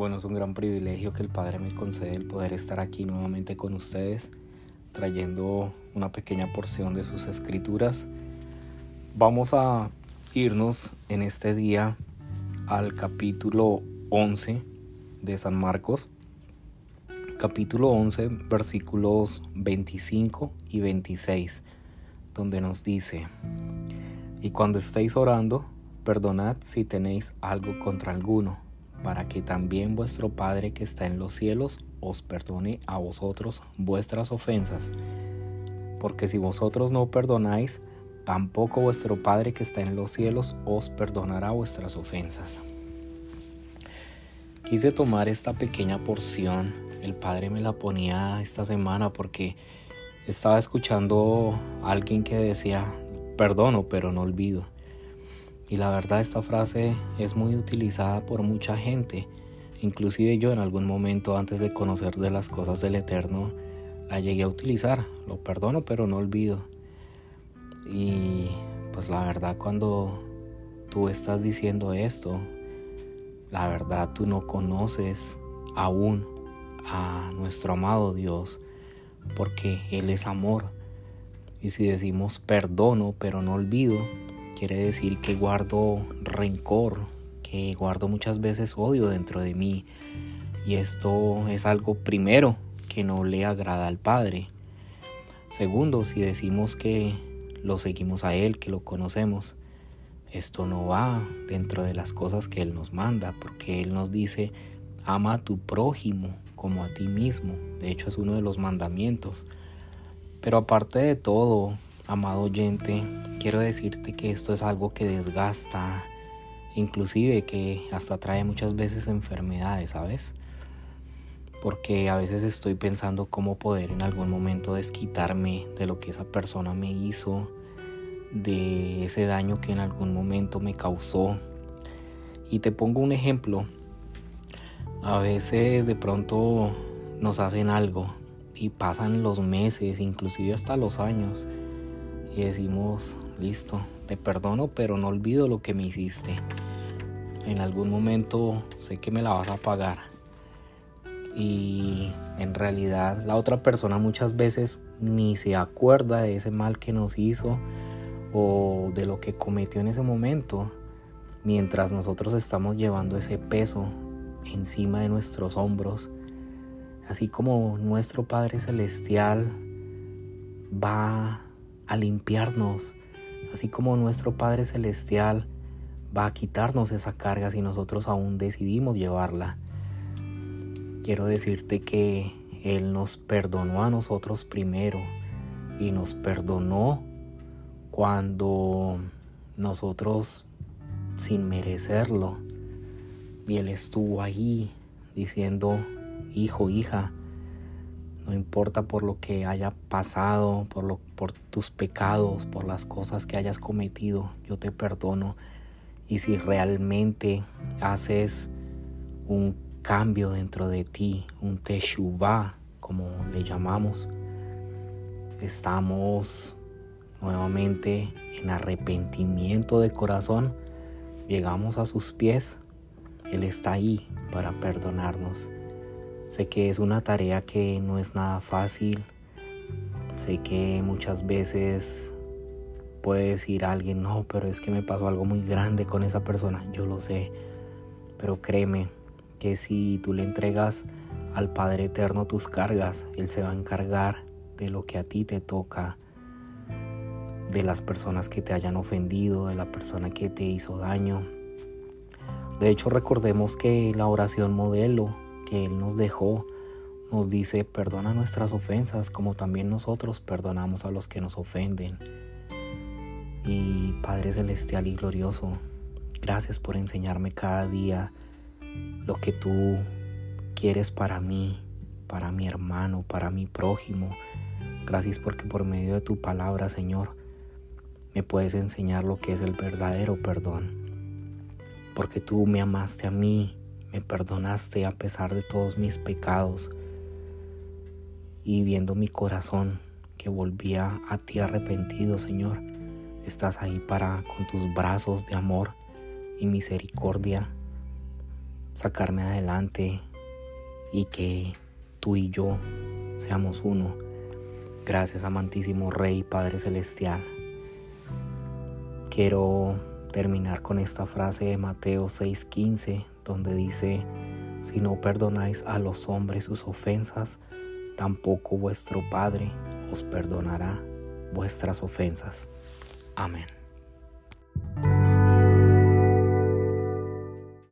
Bueno, es un gran privilegio que el Padre me concede el poder estar aquí nuevamente con ustedes, trayendo una pequeña porción de sus escrituras. Vamos a irnos en este día al capítulo 11 de San Marcos, capítulo 11, versículos 25 y 26, donde nos dice: y cuando estéis orando, perdonad si tenéis algo contra alguno, para que también vuestro Padre que está en los cielos os perdone a vosotros vuestras ofensas. Porque si vosotros no perdonáis, tampoco vuestro Padre que está en los cielos os perdonará vuestras ofensas. Quise tomar esta pequeña porción, el Padre me la ponía esta semana porque estaba escuchando a alguien que decía: perdono pero no olvido. Y la verdad, esta frase es muy utilizada por mucha gente. Inclusive yo en algún momento, antes de conocer de las cosas del Eterno, la llegué a utilizar. Lo perdono pero no olvido. Y pues la verdad, cuando tú estás diciendo esto, la verdad tú no conoces aún a nuestro amado Dios, porque Él es amor. Y si decimos perdono pero no olvido, quiere decir que guardo rencor, que guardo muchas veces odio dentro de mí. Y esto es algo, primero, que no le agrada al Padre. Segundo, si decimos que lo seguimos a Él, que lo conocemos, esto no va dentro de las cosas que Él nos manda, porque Él nos dice: ama a tu prójimo como a ti mismo. De hecho, es uno de los mandamientos. Pero aparte de todo, amado oyente, quiero decirte que esto es algo que desgasta, inclusive que hasta trae muchas veces enfermedades, ¿sabes? Porque a veces estoy pensando cómo poder en algún momento desquitarme de lo que esa persona me hizo, de ese daño que en algún momento me causó. Y te pongo un ejemplo. A veces de pronto nos hacen algo y pasan los meses, inclusive hasta los años, y decimos: listo, te perdono pero no olvido lo que me hiciste. En algún momento sé que me la vas a pagar. Y en realidad la otra persona muchas veces ni se acuerda de ese mal que nos hizo o de lo que cometió en ese momento, mientras nosotros estamos llevando ese peso encima de nuestros hombros. Así como nuestro Padre Celestial va a limpiarnos, así como nuestro Padre Celestial va a quitarnos esa carga si nosotros aún decidimos llevarla. Quiero decirte que Él nos perdonó a nosotros primero, y nos perdonó cuando nosotros, sin merecerlo, y Él estuvo ahí diciendo: hijo, hija, no importa por lo que haya pasado, por tus pecados, por las cosas que hayas cometido, yo te perdono. Y si realmente haces un cambio dentro de ti, un teshuvá, como le llamamos, estamos nuevamente en arrepentimiento de corazón, llegamos a sus pies, Él está ahí para perdonarnos. Sé que es una tarea que no es nada fácil. Sé que muchas veces puede decir alguien: no, pero es que me pasó algo muy grande con esa persona. Yo lo sé, pero créeme que si tú le entregas al Padre Eterno tus cargas, Él se va a encargar de lo que a ti te toca, de las personas que te hayan ofendido, de la persona que te hizo daño. De hecho, recordemos que la oración modelo que Él nos dejó nos dice: perdona nuestras ofensas como también nosotros perdonamos a los que nos ofenden. Y Padre Celestial y glorioso, gracias por enseñarme cada día lo que tú quieres para mí, para mi hermano, para mi prójimo. Gracias porque por medio de tu palabra, Señor, me puedes enseñar lo que es el verdadero perdón. Porque tú me amaste a mí, me perdonaste a pesar de todos mis pecados, y viendo mi corazón que volvía a ti arrepentido, Señor, estás ahí con tus brazos de amor y misericordia sacarme adelante y que tú y yo seamos uno. Gracias, amantísimo Rey, Padre Celestial. Quiero terminar con esta frase de Mateo 6:15, donde dice: si no perdonáis a los hombres sus ofensas, tampoco vuestro Padre os perdonará vuestras ofensas. Amén.